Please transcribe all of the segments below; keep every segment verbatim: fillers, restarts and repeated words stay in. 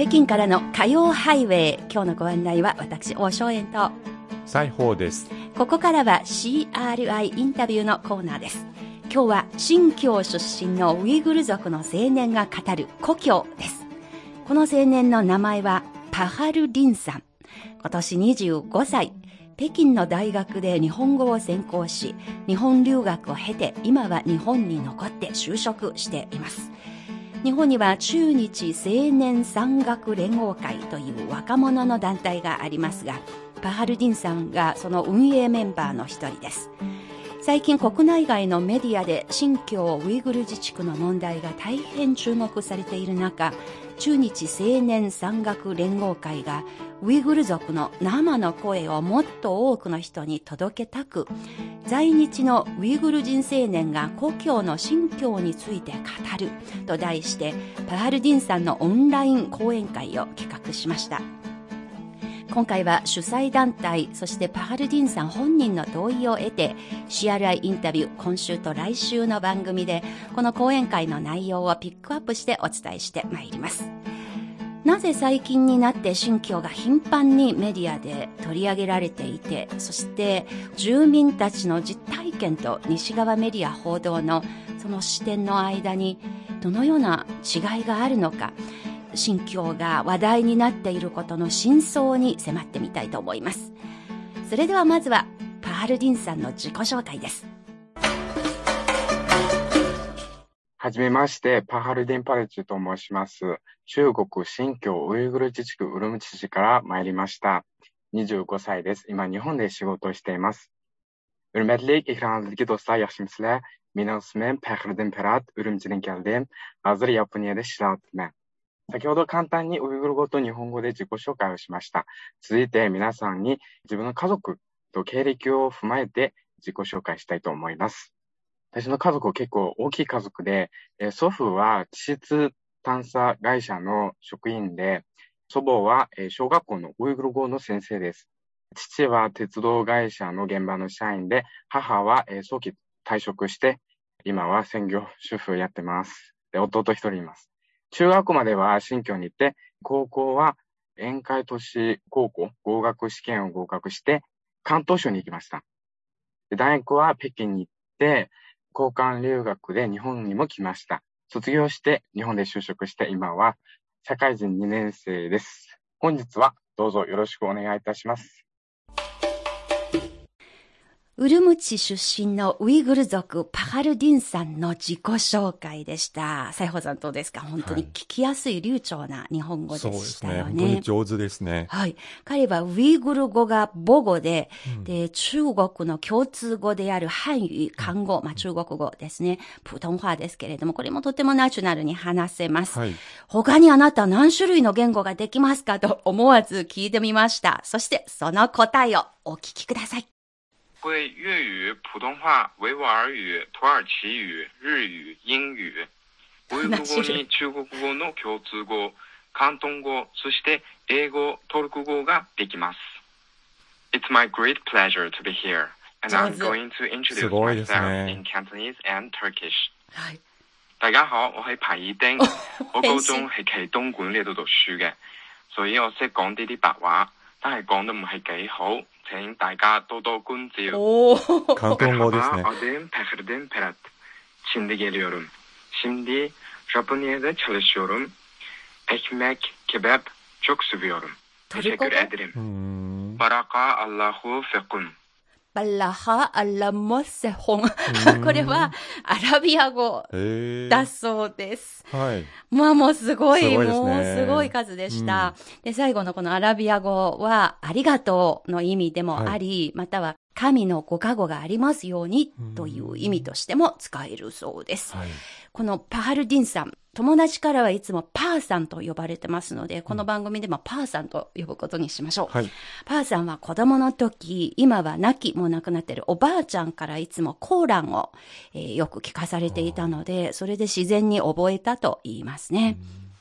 北京からの火曜ハイウェイ、今日のご案内は私王正円と西宝です。 ここからは シーアールアイ インタビューのコーナーです。今日は新疆出身のウイグル族の青年が語る故郷です。この青年の名前はパハル・リンさん。今年にじゅうごさい、北京の大学で日本語を専攻し、日本留学を経て今は日本に残って就職しています。日本には中日青年山岳連合会という若者の団体がありますが、パハル・ディンさんがその運営メンバーの一人です。最近国内外のメディアで新疆ウイグル自治区の問題が大変注目されている中、中日青年山岳連合会がウイグル族の生の声をもっと多くの人に届けたく、在日のウイグル人青年が故郷の新疆について語ると題して、パハル・ディンさんのオンライン講演会を企画しました。今回は主催団体、そしてパハル・ディンさん本人の同意を得て シーアールアイ インタビュー、今週と来週の番組でこの講演会の内容をピックアップしてお伝えしてまいります。なぜ最近になって新疆が頻繁にメディアで取り上げられていて、そして住民たちの実体験と西側メディア報道のその視点の間にどのような違いがあるのか、新疆が話題になっていることの真相に迫ってみたいと思います。それではまずはパハル・ディンさんの自己紹介です。 はじめまして、パハル・ディン・パレチュと申します。中国新疆ウイグル自治区ウルムチ市から参りました。にじゅうごさいです。今日本で仕事をしています。Hürmetli ekranınızdaki dostlar, yaxshimisilar? Mening ismim Paxriddin Parat, Urumchidan keldim. Hozir Yaponiyada ishlayapman。先ほど簡単にウイグル語と日本語で自己紹介をしました。続いて皆さんに自分の家族と経歴を踏まえて自己紹介したいと思います。私の家族は結構大きい家族で、祖父は地質探査会社の職員で、祖母は小学校のウイグル語の先生です。父は鉄道会社の現場の社員で、母は早期退職して、今は専業主婦やってます。で、弟一人います。中学校までは新疆に行って、高校は沿海都市高校合格試験を合格して、広東省に行きました。で、大学は北京に行って、交換留学で日本にも来ました。卒業して日本で就職して、今は社会人にねん生です。本日はどうぞよろしくお願いいたします。 ウルムチ出身のウイグル族パハル・ディンさんの自己紹介でした。西宝さんどうですか？本当に聞きやすい流暢な日本語でしたよね。 そうですね。本当に上手ですね。 はい。彼はウイグル語が母語で、うん、で、中国の共通語である漢語、漢語、まあ中国語ですね。普通話ですけれども、これもとてもナチュラルに話せます。はい、他にあなた何種類の言語ができますかと思わず聞いてみました。そしてその答えをお聞きください。 会粤语、普通話、維吾爾語、土耳其語、日語、英語、ウイグル語に中国語の共通語、広東語、そして英語、トルコ語ができます。It's my great pleasure to be here, and I'm going to introduce myself in Cantonese and Turkish. はい。 大家好，我係彭以丁，我高中係喺東莞呢度讀書嘅，所以我識講啲啲白話，但係講得唔係幾好。請大家多多關照。 おー、 広東語ですね。 Adım Paxriddin Parat. Şimdi geliyorum. Şimdi Japonya'da çalışıyorum. Ekmek, kebap çok seviyorum. Teşekkür ederim. Baraka Allahu fekun. バラハアラモセホン。これはアラビア語だそうです。 はい。 まあもうすごい、 すごいですね、 もうすごい数でした、うん。で、最後のこのアラビア語はありがとうの意味でもあり、はい、または神のご加護がありますようにという意味としても使えるそうです。はい、このパハル・ディンさん、友達からはいつもパーさんと呼ばれてますので、この番組でもパーさんと呼ぶことにしましょう。はい、パーさんは子供の時、今は亡きもう亡くなっているおばあちゃんからいつもコーランを、えー、よく聞かされていたので、それで自然に覚えたと言いますね。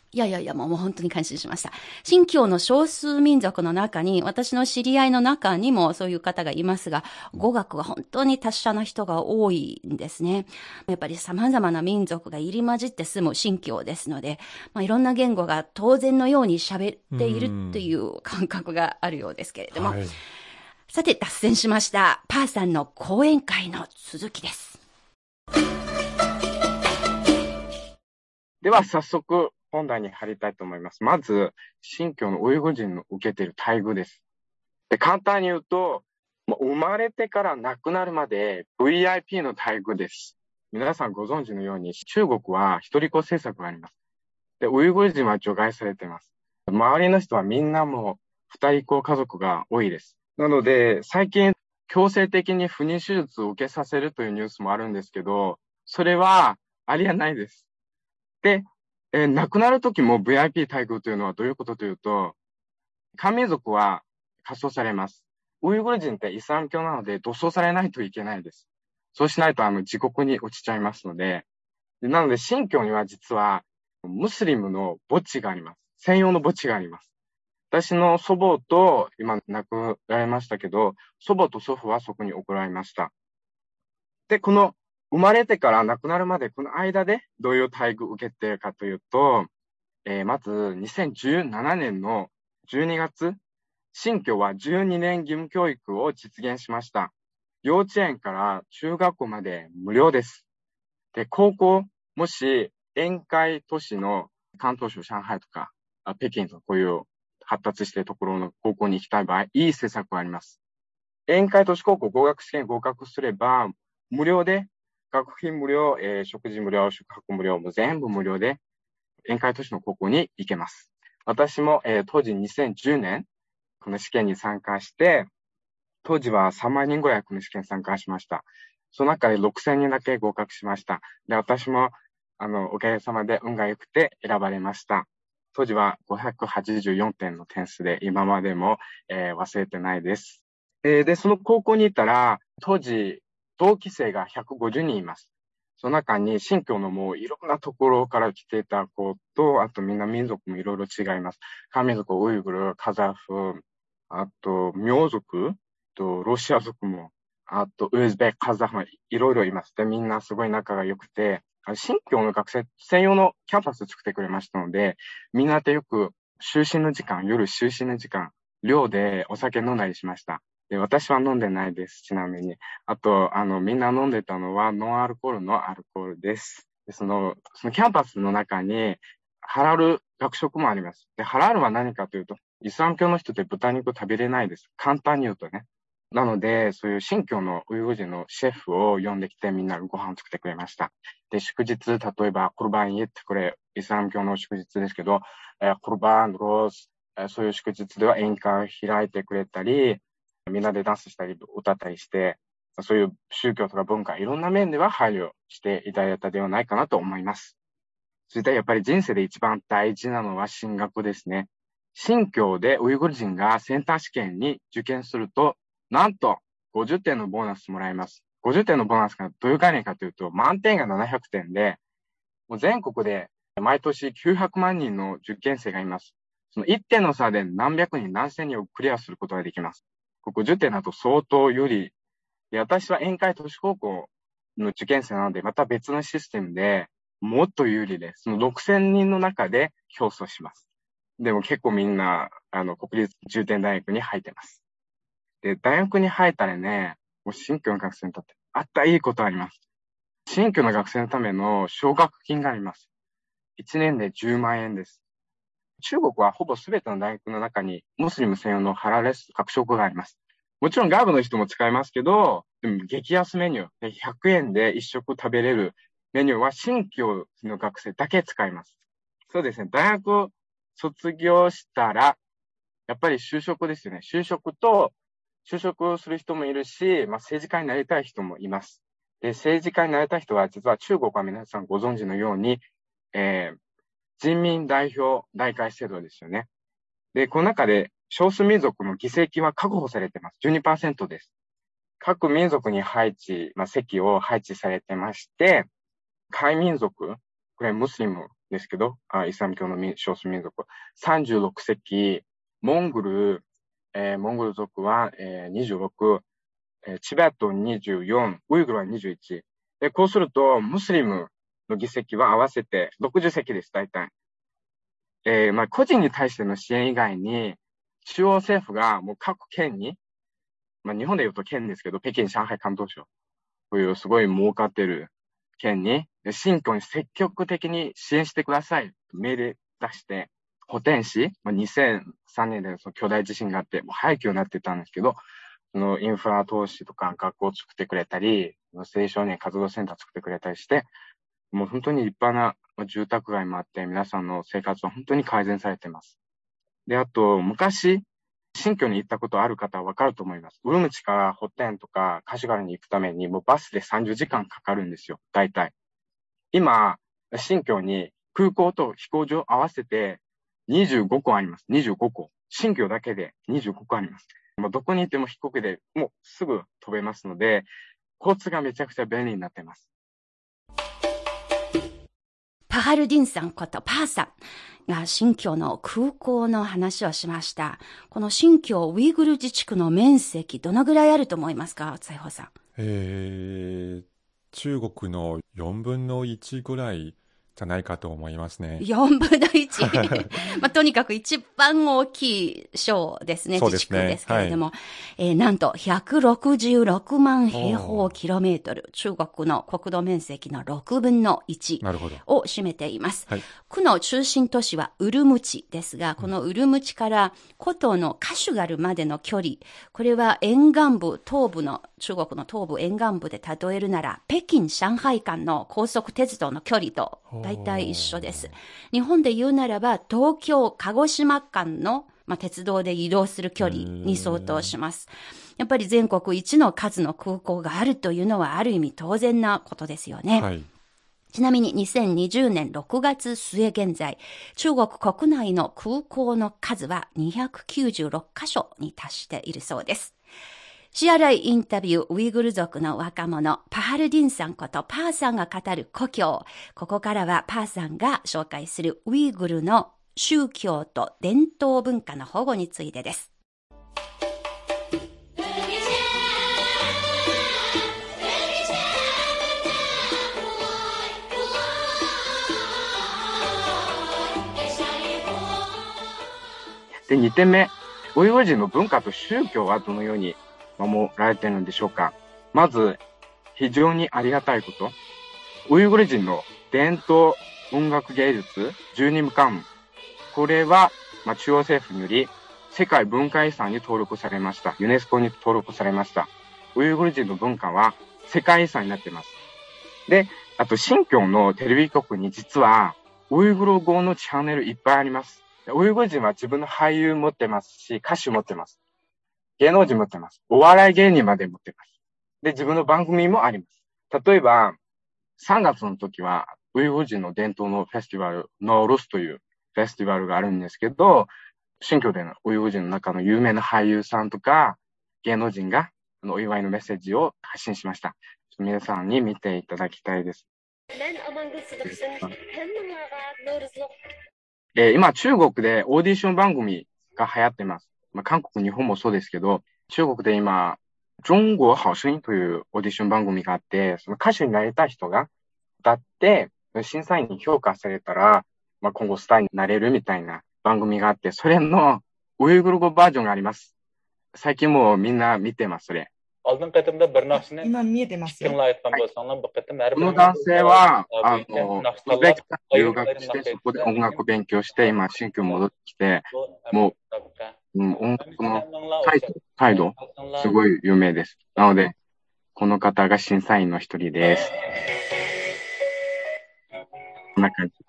いやいやいや、もう本当に感心しました。新疆の少数民族の中に、私の知り合いの中にもそういう方がいますが、語学は本当に達者な人が多いんですね。やっぱり様々な民族が入り混じって住む新疆ですので、まあ、いろんな言語が当然のように喋っているっていう感覚があるようですけれども。はい、さて、脱線しました。パーさんの講演会の続きです。 では、早速、本題に入りたいと思います。まず、新疆のウイグル人の受けている待遇です。で、簡単に言うと、生まれてから亡くなるまで ブイアイピー の待遇です。皆さんご存知のように、中国は一人っ子政策があります。で、ウイグル人は除外されています。周りの人はみんなもう二人っ子家族が多いです。なので、最近、強制的に不妊手術を受けさせるというニュースもあるんですけど、それはありえないです。で、えー、亡くなるときも ブイアイピー 待遇というのはどういうことというと、漢民族は火葬されます。ウイグル人ってイスラム教なので土葬されないといけないです。そうしないとあの地獄に落ちちゃいますので、でなので新疆には実はムスリムの墓地があります。専用の墓地があります。私の祖母と今亡くなられましたけど、祖母と祖父はそこに送られました。で、この生まれてから亡くなるまでこの間でどういう待遇を受けているかというと、えー、まずにせんじゅうななねんのじゅうにがつ、新疆はじゅうにねん義務教育を実現しました。幼稚園から中学校まで無料です。で、高校、もし沿海都市の広東省、上海とか、北京とかこういう発達しているところの高校に行きたい場合、いい施策があります。沿海都市高校合格試験合格すれば、無料で、学費無料、えー、食事無料、宿泊無料、もう全部無料で、沿海都市の高校に行けます。私も、えー、当時にせんじゅうねん、この試験に参加して、当時はさんまんにんぐらいこの試験に参加しました。その中でろくせんにんだけ合格しました。で、私も、あの、おかげさまで運が良くて選ばれました。当時はごひゃくはちじゅうよんてんの点数で、今までも、えー、忘れてないです。えー、で、その高校に行ったら、当時、同期生がひゃくごじゅうにんいます。その中に新疆のもういろんなところから来ていた子と、あとみんな民族もいろいろ違います。漢民族、ウイグル、カザフ、あと、苗族、とロシア族も、あと、ウズベク、カザフもいろいろいます。で、みんなすごい仲が良くて、新疆の学生専用のキャンパス作ってくれましたので、みんなでよく就寝の時間、夜就寝の時間、寮でお酒飲んだりしました。で、私は飲んでないです、ちなみに。あと、あの、みんな飲んでたのはノンアルコールのアルコールです。で、その、そのキャンパスの中に、ハラル学食もあります。で、ハラルは何かというと、イスラム教の人って豚肉食べれないです。簡単に言うとね。なので、そういう新疆のウイグル人のシェフを呼んできてみんなご飯を作ってくれました。で、祝日、例えば、コルバンイエってこれ、イスラム教の祝日ですけど、えー、コルバン、ローズ、えー、そういう祝日では宴会を開いてくれたり、みんなでダンスしたり、歌ったりして、そういう宗教とか文化、いろんな面では配慮していただいたではないかなと思います。そしてやっぱり人生で一番大事なのは進学ですね。新疆でウイグル人がセンター試験に受験すると、なんとごじゅってんのボーナスもらえます。ごじゅってんのボーナスがどういう概念かというと、満点がななひゃくてんで、もう全国で毎年きゅうひゃくまんにんの受験生がいます。そのいってんの差で何百人、何千人をクリアすることができます。ごじゅってんだと相当有利。で、私は沿海都市高校の受験生なので、また別のシステムでもっと有利で、そのろくせんにんの中で競争します。でも結構みんな、あの、国立重点大学に入ってます。で、大学に入ったらね、もう新疆の学生にとってあったいいことあります。新疆の学生のための奨学金があります。いちねんでじゅうまんえんです。中国はほぼ全ての大学の中にムスリム専用のハラレス学食があります。もちろん外部の人も使えますけど、でも激安メニュー、ひゃくえんで一食食べれるメニューは新疆の学生だけ使います。そうですね、大学卒業したら、やっぱり就職ですよね。就職と、就職する人もいるし、まあ、政治家になりたい人もいます。で、政治家になりたい人は、実は中国は皆さんご存知のように、えー、人民代表代会制度ですよね。で、この中で少数民族の議席は確保されています。じゅうにパーセント です。各民族に配置、まあ、席を配置されてまして、漢民族、これムスリムですけど、あイスラム教の少数民族。さんじゅうろく隻、モンゴル、えー、モンゴル族は、えー、にじゅうろく、えー、チベットにじゅうよん、ウイグルはにじゅういち。で、こうすると、ムスリムの議席は合わせてろくじゅっ隻です、大体。えー、まあ、個人に対しての支援以外に、中央政府がもう各県に、まあ、日本で言うと県ですけど、北京、上海、広東省、こういうすごい儲かってる県に、新疆に積極的に支援してくださいと命令出して、補填し、まあ、にせんさんねんでその巨大地震があって、もう廃墟になってたんですけど、そのインフラ投資とか学校を作ってくれたり、青少年活動センター作ってくれたりして、もう本当に立派な住宅街もあって、皆さんの生活は本当に改善されています。で、あと、昔、新疆に行ったことある方はわかると思います。ウルムチからホテンとかカシュガルに行くために、もうバスでさんじゅうじかんかかるんですよ、大体。今、新疆に空港と飛行場合わせてにじゅうごこあります。にじゅうごこ。新疆だけでにじゅうごこあります。もうどこにいても飛行機でもうすぐ飛べますので、交通がめちゃくちゃ便利になっています。 パハルディンさんことパーさんが新疆の空港の話をしました。この新疆ウイグル自治区の面積、どのぐらいあると思いますか、財宝さん。 えー、中国のよんぶんのいちぐらいじゃないかと思いますね。 よんぶんのいち。まあ、とにかく一番大きい省ですね、 そうですね、 自治区ですけれども、 はい、 えー、なんとひゃくろくじゅうろくまん平方キロメートル、中国の国土面積のろくぶんのいちを占めています。 はい、 区の中心都市はウルムチですが、このウルムチから古都のカシュガルまでの距離、これは沿岸部、東部の、中国の東部沿岸部で例えるなら、北京、上海間の高速鉄道の距離と大体一緒です。日本で言うならば、東京、鹿児島間の、まあ、鉄道で移動する距離に相当します。やっぱり全国一の数の空港があるというのはある意味当然なことですよね。 はい、 ちなみににせんにじゅうねんろくがつ末現在、中国国内の空港の数はにひゃくきゅうじゅうろっかしょに達しているそうです。シーアールアイ インタビューウイグル族の若者、パハルディンさんことパーさんが語る故郷。ここからはパーさんが紹介するウイグルの宗教と伝統文化の保護についてです。 で、にてんめ、ウイグル人の文化と宗教はどのように守られているのでしょうか。まず、非常にありがたいこと。ウイグル人の伝統音楽芸術、十二無間。これは、まあ、中央政府により世界文化遺産に登録されました。ユネスコに登録されました。ウイグル人の文化は世界遺産になっています。で、あと新疆のテレビ局に実はウイグル語のチャンネルいっぱいあります。ウイグル人は自分の俳優持ってますし、歌手持ってます。芸能人持ってます。お笑い芸人まで持ってます。で、自分の番組もあります。例えば、さんがつの時は、ウイグル人の伝統のフェスティバル、ノーロスというフェスティバルがあるんですけど、新疆でのウイグル人の中の有名な俳優さんとか、芸能人がお祝いのメッセージを発信しました。皆さんに見ていただきたいです。えー、今、中国でオーディション番組が流行ってます。まあ、韓国、日本もそうですけど、中国で今、中国好声音というオーディション番組があって、その歌手になりたい人が歌って、審査員に評価されたら、まあ、今後スターになれるみたいな番組があって、それのウイグル語バージョンがあります。最近もうみんな見てます、それ。 今見えてますよ。 はい、この男性は、あの、ウズベキスタンに留学して、そこで音楽勉強して、今、新疆に戻ってきて、もう、うん、音楽の態度、態度、すごい有名です。なので、この方が審査員の一人です。こんな感じです。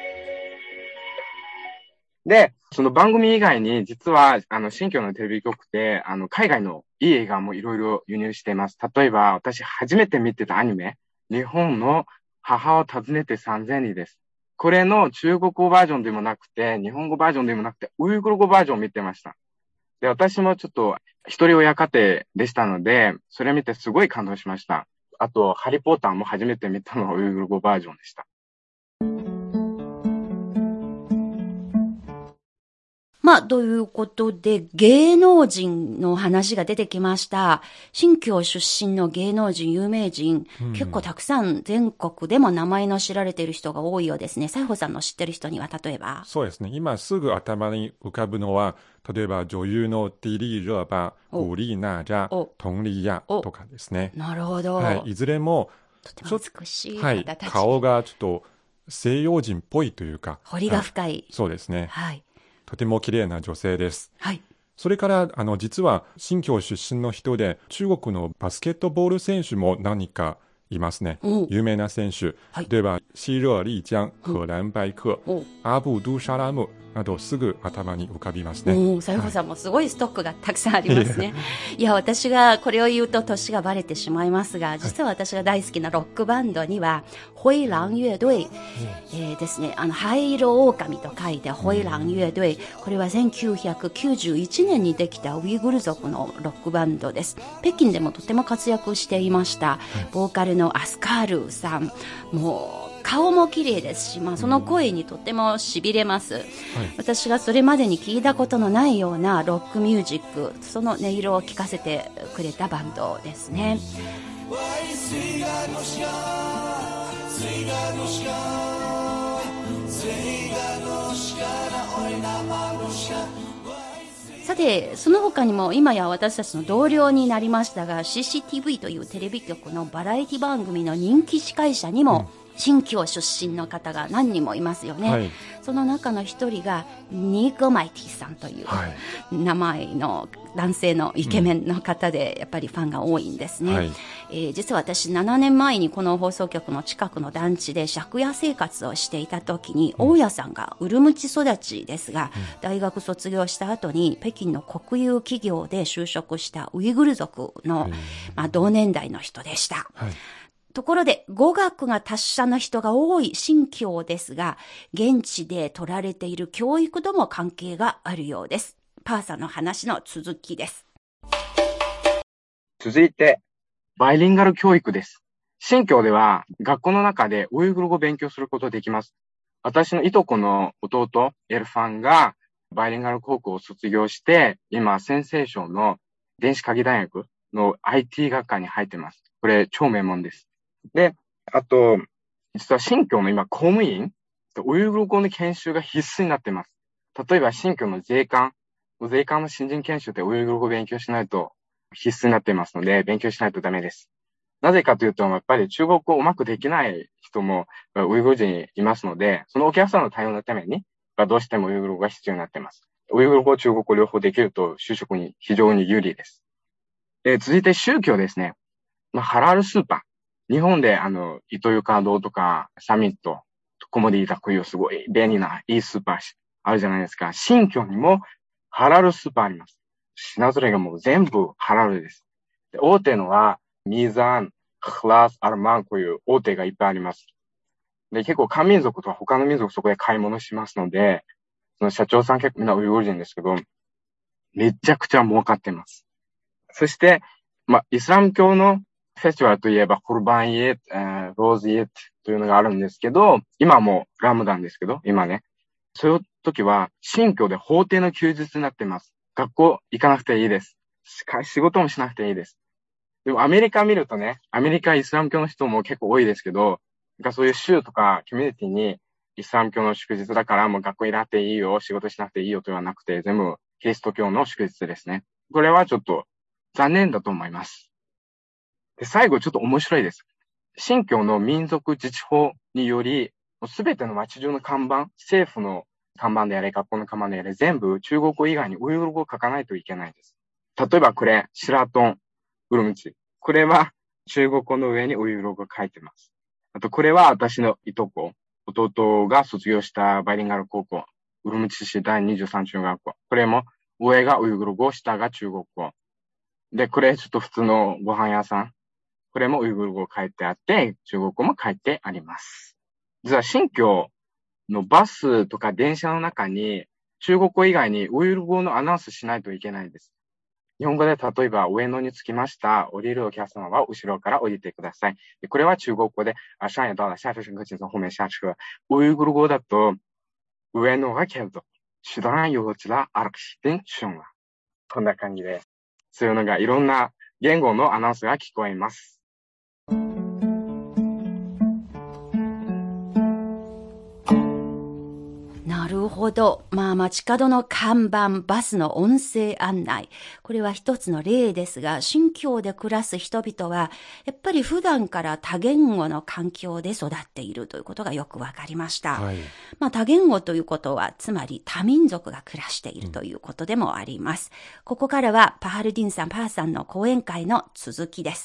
で、その番組以外に、実は、あの、新疆のテレビ局で、あの、海外のいい映画もいろいろ輸入しています。例えば、私初めて見てたアニメ、日本の母を訪ねてさんぜんにんです。これの中国語バージョンでもなくて、日本語バージョンでもなくて、ウイグル語バージョンを見てました。で、私もちょっと、一人親家庭でしたので、それ見てすごい感動しました。あと、ハリーポッターも初めて見たのはウイグル語バージョンでした。 まあ、ということで、芸能人の話が出てきました。新疆出身の芸能人、有名人、うん、結構たくさん全国でも名前の知られている人が多いようですね。西郷さんの知ってる人には例えば。 そうですね。今すぐ頭に浮かぶのは、例えば女優のディリー・热巴、古力娜扎、佟麗娅とかですね。 なるほど。 はい。いずれも、 とても美しい方たち。 はい。顔がちょっと西洋人っぽいというか。 彫りが深い。 そうですね。 はい。 とても綺麗な女性です。 はい。 それから、あの、実は、新疆出身の人で、中国のバスケットボール選手も何かいますね。有名な選手。はい、例えば、シー热麗江、可蘭白克、アブドゥ・シャラムなどすぐ頭に浮かびますね。 西郷さんもすごいストックがたくさんありますね。いや、私がこれを言うと年がバレてしまいますが、実は私が大好きなロックバンドには、灰狼乐隊、えー、ですね、あの、灰色狼と書いて灰狼乐隊。これはせんきゅうひゃくきゅうじゅういちねんにできたウイグル族のロックバンドです。北京でもとても活躍していました。ボーカルのアスカールさん、もう、顔も綺麗ですし、まあ、その声にとても痺れます、はい、私がそれまでに聞いたことのないようなロックミュージック、その音色を聞かせてくれたバンドですね。さて、その他にも今や私たちの同僚になりましたが シーシーティーブイ というテレビ局のバラエティ番組の人気司会者にも、うん、新疆出身の方が何人もいますよね、はい、その中の一人がニーク・マイティさんという、はい、名前の男性のイケメンの方で、うん、やっぱりファンが多いんですね、はい、えー、実は私ななねんまえにこの放送局の近くの団地で借家生活をしていた時に、うん、大家さんがウルムチ育ちですが、うん、大学卒業した後に北京の国有企業で就職したウイグル族の、うん、まあ、同年代の人でした、はい。ところで、語学が達者な人が多い新疆ですが、現地で取られている教育とも関係があるようです。パーさんの話の続きです。 続いて、バイリンガル教育です。新疆では学校の中でウイグル語を勉強することができます。私のいとこの弟、エルファンがバイリンガル高校を卒業して、今、陝西省の電子科技大学の アイティー 学科に入っています。これ、超名門です。で、あと、実は新疆の今、公務員、ウイグル語の研修が必須になっています。例えば、新疆の税関、税関の新人研修でウイグル語を勉強しないと必須になっていますので、勉強しないとダメです。なぜかというと、やっぱり中国語をうまくできない人もウイグル人にいますので、そのお客さんの対応のために、どうしてもウイグル語が必要になっています。ウイグル語、中国語両方できると就職に非常に有利です。えー、続いて宗教ですね。まあ、ハラルスーパー。日本であの、イトユカ堂とかサミット、コモディータこういうすごい便利ないいスーパーあるじゃないですか。新疆にもハラルスーパーあります。品揃えがもう全部ハラルです。で、大手のはミーザン、クラス、アルマンこういう大手がいっぱいあります。で、結構漢民族とか他の民族そこで買い物しますので、その社長さん結構みんなウイグル人ですけど、めちゃくちゃ儲かってます。そして、まあ、イスラム教のフェスティバルといえば、コルバンイエット、えー、ローズイエットというのがあるんですけど、今もラムダンですけど、今ね。そういう時は、新疆で法定の休日になってます。学校行かなくていいです。仕事もしなくていいです。でもアメリカ見るとね、アメリカイスラム教の人も結構多いですけど、なんかそういう州とかコミュニティにイスラム教の祝日だからもう学校行なくていいよ、仕事しなくていいよとはなくて、全部キリスト教の祝日ですね。これはちょっと残念だと思います。で、最後ちょっと面白いです。新疆の民族自治法により、すべての街中の看板、政府の看板であれ、学校の看板であれ、全部中国語以外にウイグル語を書かないといけないです。例えばこれ、シラトン、ウルムチ。これは中国語の上にウイグル語が書いてます。あとこれは私のいとこ、弟が卒業したバイリンガル高校、ウルムチ市第にじゅうさん中学校。これも上がウイグル語、下が中国語。で、これちょっと普通のご飯屋さん。これもウイグル語書いてあって、中国語も書いてあります。実は新疆のバスとか電車の中に中国語以外にウイグル語のアナウンスしないといけないんです。日本語で例えば上野に着きました。降りるお客様は後ろから降りてください。これは中国語で、あ、上野到了、下車乘客请从后面下車。ウイグル語だと上野がケルト。 슈다란 요거치라 아락시된 슌라. こんな感じで、そういうのがいろんな言語のアナウンスが聞こえます。 なるほど。まあ、街角の看板、バスの音声案内。これは一つの例ですが、新疆で暮らす人々は、やっぱり普段から多言語の環境で育っているということがよくわかりました。はい、まあ、多言語ということは、つまり多民族が暮らしているということでもあります。うん、ここからは、パハルディンさん、パーさんの講演会の続きです。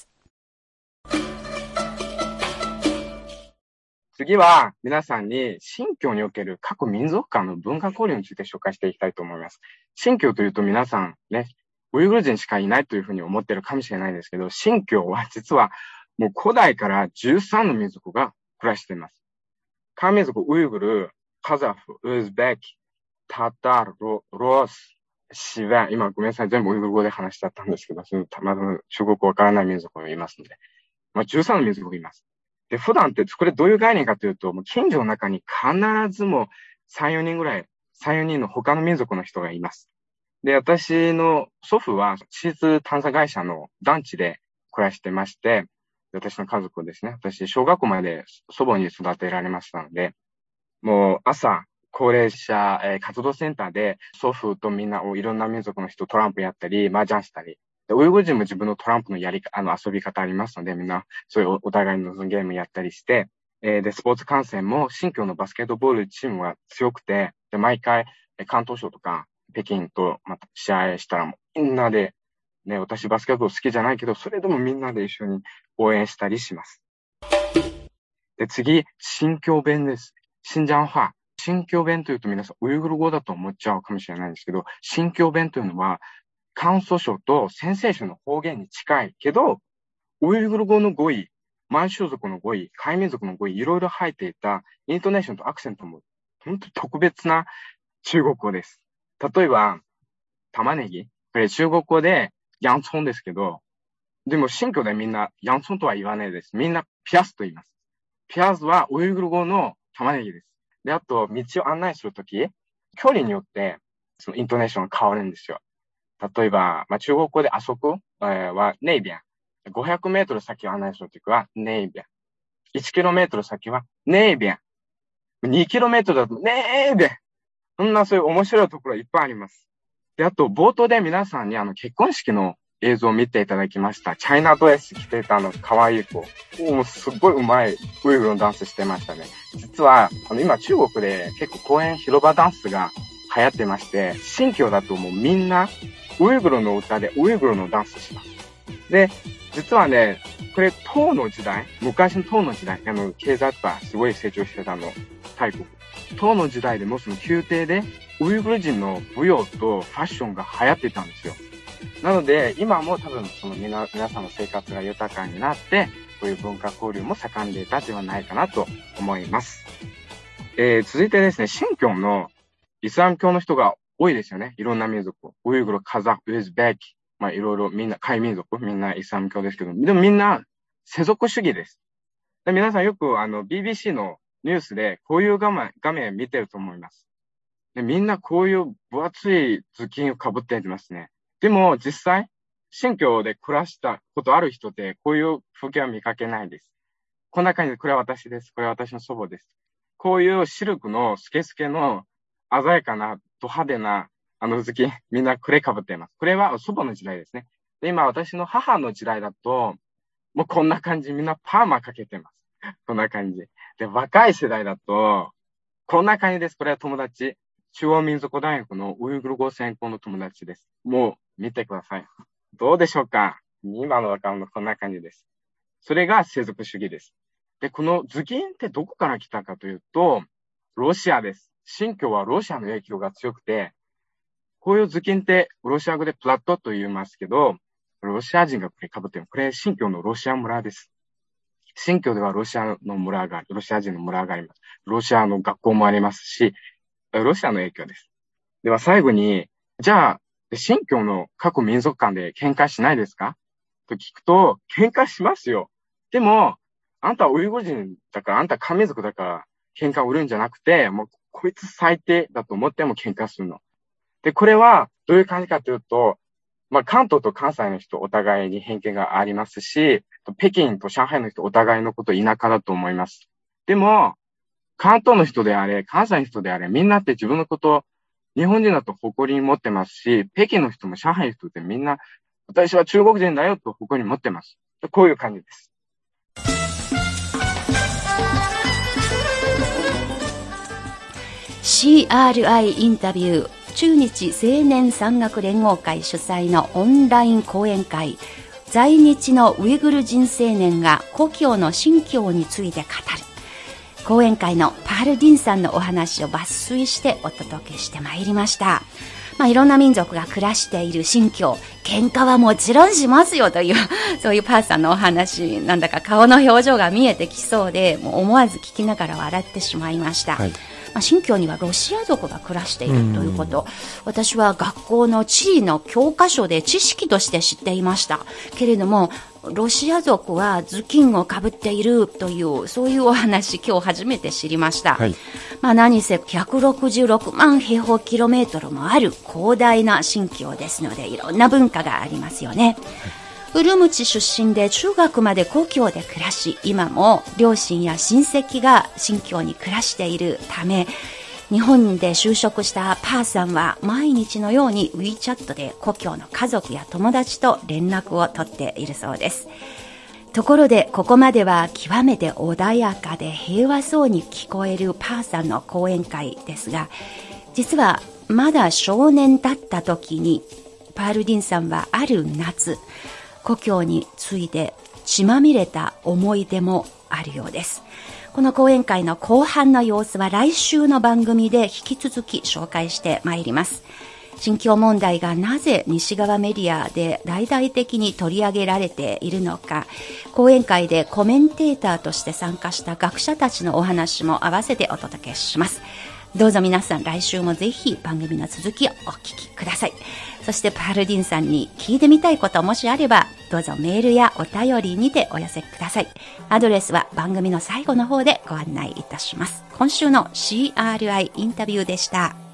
次は皆さんに新疆における各民族間の文化交流について紹介していきたいと思います。新疆というと皆さんね、ウイグル人しかいないというふうに思っているかもしれないんですけど、新疆は実はもう古代からじゅうさんの民族が暮らしています。漢民族、ウイグル、カザフ、ウズベキ、タタール、ロ、ロス、シヴェン、今ごめんなさい、全部ウイグル語で話しちゃったんですけど、そのまだ中国語わからない民族がいますので、まあ、じゅうさんの民族がいます。で、普段って、これどういう概念かというと、もう近所の中に必ずもさん、よにんぐらい、さん、よにんの他の民族の人がいます。で、私の祖父は地質探査会社の団地で暮らしてまして、私の家族ですね。私、小学校まで祖母に育てられましたので、もう朝、高齢者、えー、活動センターで祖父とみんな、いろんな民族の人トランプやったり、麻雀したり、でウイグル人も自分のトランプのやり、あの遊び方ありますので、みんなそういうお互いのゲームやったりして、えー、で、スポーツ観戦も新疆のバスケットボールチームは強くて、で、毎回、広東省とか北京とまた試合したらもうみんなで、ね、私バスケットボール好きじゃないけど、それでもみんなで一緒に応援したりします。で、次、新疆弁です。新疆話。新疆弁というと皆さんウイグル語だと思っちゃうかもしれないんですけど、新疆弁というのは、甘肃省と陝西省の方言に近いけど、ウイグル語の語彙、満州族の語彙、漢民族の語彙、いろいろ入っていたイントネーションとアクセントも本当に特別な中国語です。例えば、玉ねぎ。これ中国語でヤンツォンですけど、でも新疆でみんなヤンツォンとは言わないです。みんなピアスと言います。ピアスはウイグル語の玉ねぎです。で、あと道を案内するとき、距離によってそのイントネーションが変わるんですよ。例えば、まあ、中国語であそこ、えー、はネイビャン。ごひゃくメートル先を案内するときはネイビャン。いちキロメートル先はネイビャン。にキロメートルだとネイビャン。そんなそういう面白いところいっぱいあります。で、あと冒頭で皆さんにあの結婚式の映像を見ていただきました。チャイナドレス着てたあの可愛い子。もうすっごい上手いウイグルのダンスしてましたね。実は、あの今中国で結構公園広場ダンスが流行ってまして、新疆だともうみんなウイグルの歌でウイグルのダンスします。で、実はね、これ唐の時代、昔の唐の時代、あの経済とかすごい成長してたの、大国。唐の時代でもその宮廷でウイグル人の舞踊とファッションが流行ってたんですよ。なので、今も多分その皆、皆さんの生活が豊かになって、こういう文化交流も盛んでいたではないかなと思います。えー、続いてですね、新疆のイスラム教の人が多いですよね。いろんな民族。ウイグル、カザフ、ウズベキ。まあいろいろみんな、海民族、みんなイスラム教ですけど、でもみんな世俗主義です。で皆さんよくあの ビービーシー のニュースでこういう画面、画面見てると思います。でみんなこういう分厚い頭巾を被っていますね。でも実際、新疆で暮らしたことある人ってこういう風景は見かけないです。こんな感じで、これは私です。これは私の祖母です。こういうシルクのスケスケの鮮やかなド派手なあの頭巾、みんなこれ被っています。これは祖母の時代ですね。で、今私の母の時代だと、もうこんな感じ、みんなパーマかけてます。こんな感じ。で、若い世代だと、こんな感じです。これは友達。中央民族大学のウイグル語専攻の友達です。もう見てください。どうでしょうか？今の若者こんな感じです。それが世俗主義です。で、この頭巾ってどこから来たかというと、ロシアです。新疆はロシアの影響が強くて、こういう頭巾ってロシア語でプラットと言いますけど、ロシア人がこれ被っている。これ新疆のロシア村です。新疆ではロシアの村が、ロシア人の村があります。ロシアの学校もありますし、ロシアの影響です。では最後に、じゃあ、新疆の各民族間で喧嘩しないですかと聞くと、喧嘩しますよ。でも、あんたはウイグル人だから、あんた漢民族だから喧嘩を売るんじゃなくて、もうこいつ最低だと思っても喧嘩するの。で、これはどういう感じかというと、まあ、関東と関西の人お互いに偏見がありますし、北京と上海の人お互いのこと田舎だと思います。でも、関東の人であれ、関西の人であれ、みんなって自分のこと、日本人だと誇りに持ってますし、北京の人も上海の人ってみんな、私は中国人だよと誇りに持ってます。こういう感じです。 シーアールアイ インタビュー、中日青年山岳連合会主催のオンライン講演会、在日のウイグル人青年が故郷の新疆について語る。講演会のパール・ディンさんのお話を抜粋してお届けしてまいりました。まあ、いろんな民族が暮らしている新疆、喧嘩はもちろんしますよという、そういうパーさんのお話、なんだか顔の表情が見えてきそうで、もう思わず聞きながら笑ってしまいました。はい、まあ、新疆にはロシア族が暮らしているということ、私は学校の地理の教科書で知識として知っていました。けれども、ロシア族は頭巾をかぶっているという、そういうお話、今日初めて知りました。はい、まあ何せひゃくろくじゅうろくまん平方キロメートルもある広大な新疆ですので、いろんな文化がありますよね。はい、ウルムチ出身で中学まで故郷で暮らし、今も両親や親戚が新疆に暮らしているため、日本で就職したパーさんは毎日のように WeChat で故郷の家族や友達と連絡を取っているそうです。ところでここまでは極めて穏やかで平和そうに聞こえるパーさんの講演会ですが、実はまだ少年だった時にパールディンさんはある夏、故郷について血まみれた思い出もあるようです。この講演会の後半の様子は来週の番組で引き続き紹介してまいります。新疆問題がなぜ西側メディアで大々的に取り上げられているのか、講演会でコメンテーターとして参加した学者たちのお話も合わせてお届けします。どうぞ皆さん来週もぜひ番組の続きをお聞きください。そしてパールディンさんに聞いてみたいこともしあれば、どうぞメールやお便りにてお寄せください。アドレスは番組の最後の方でご案内いたします。今週の シーアールアイ インタビューでした。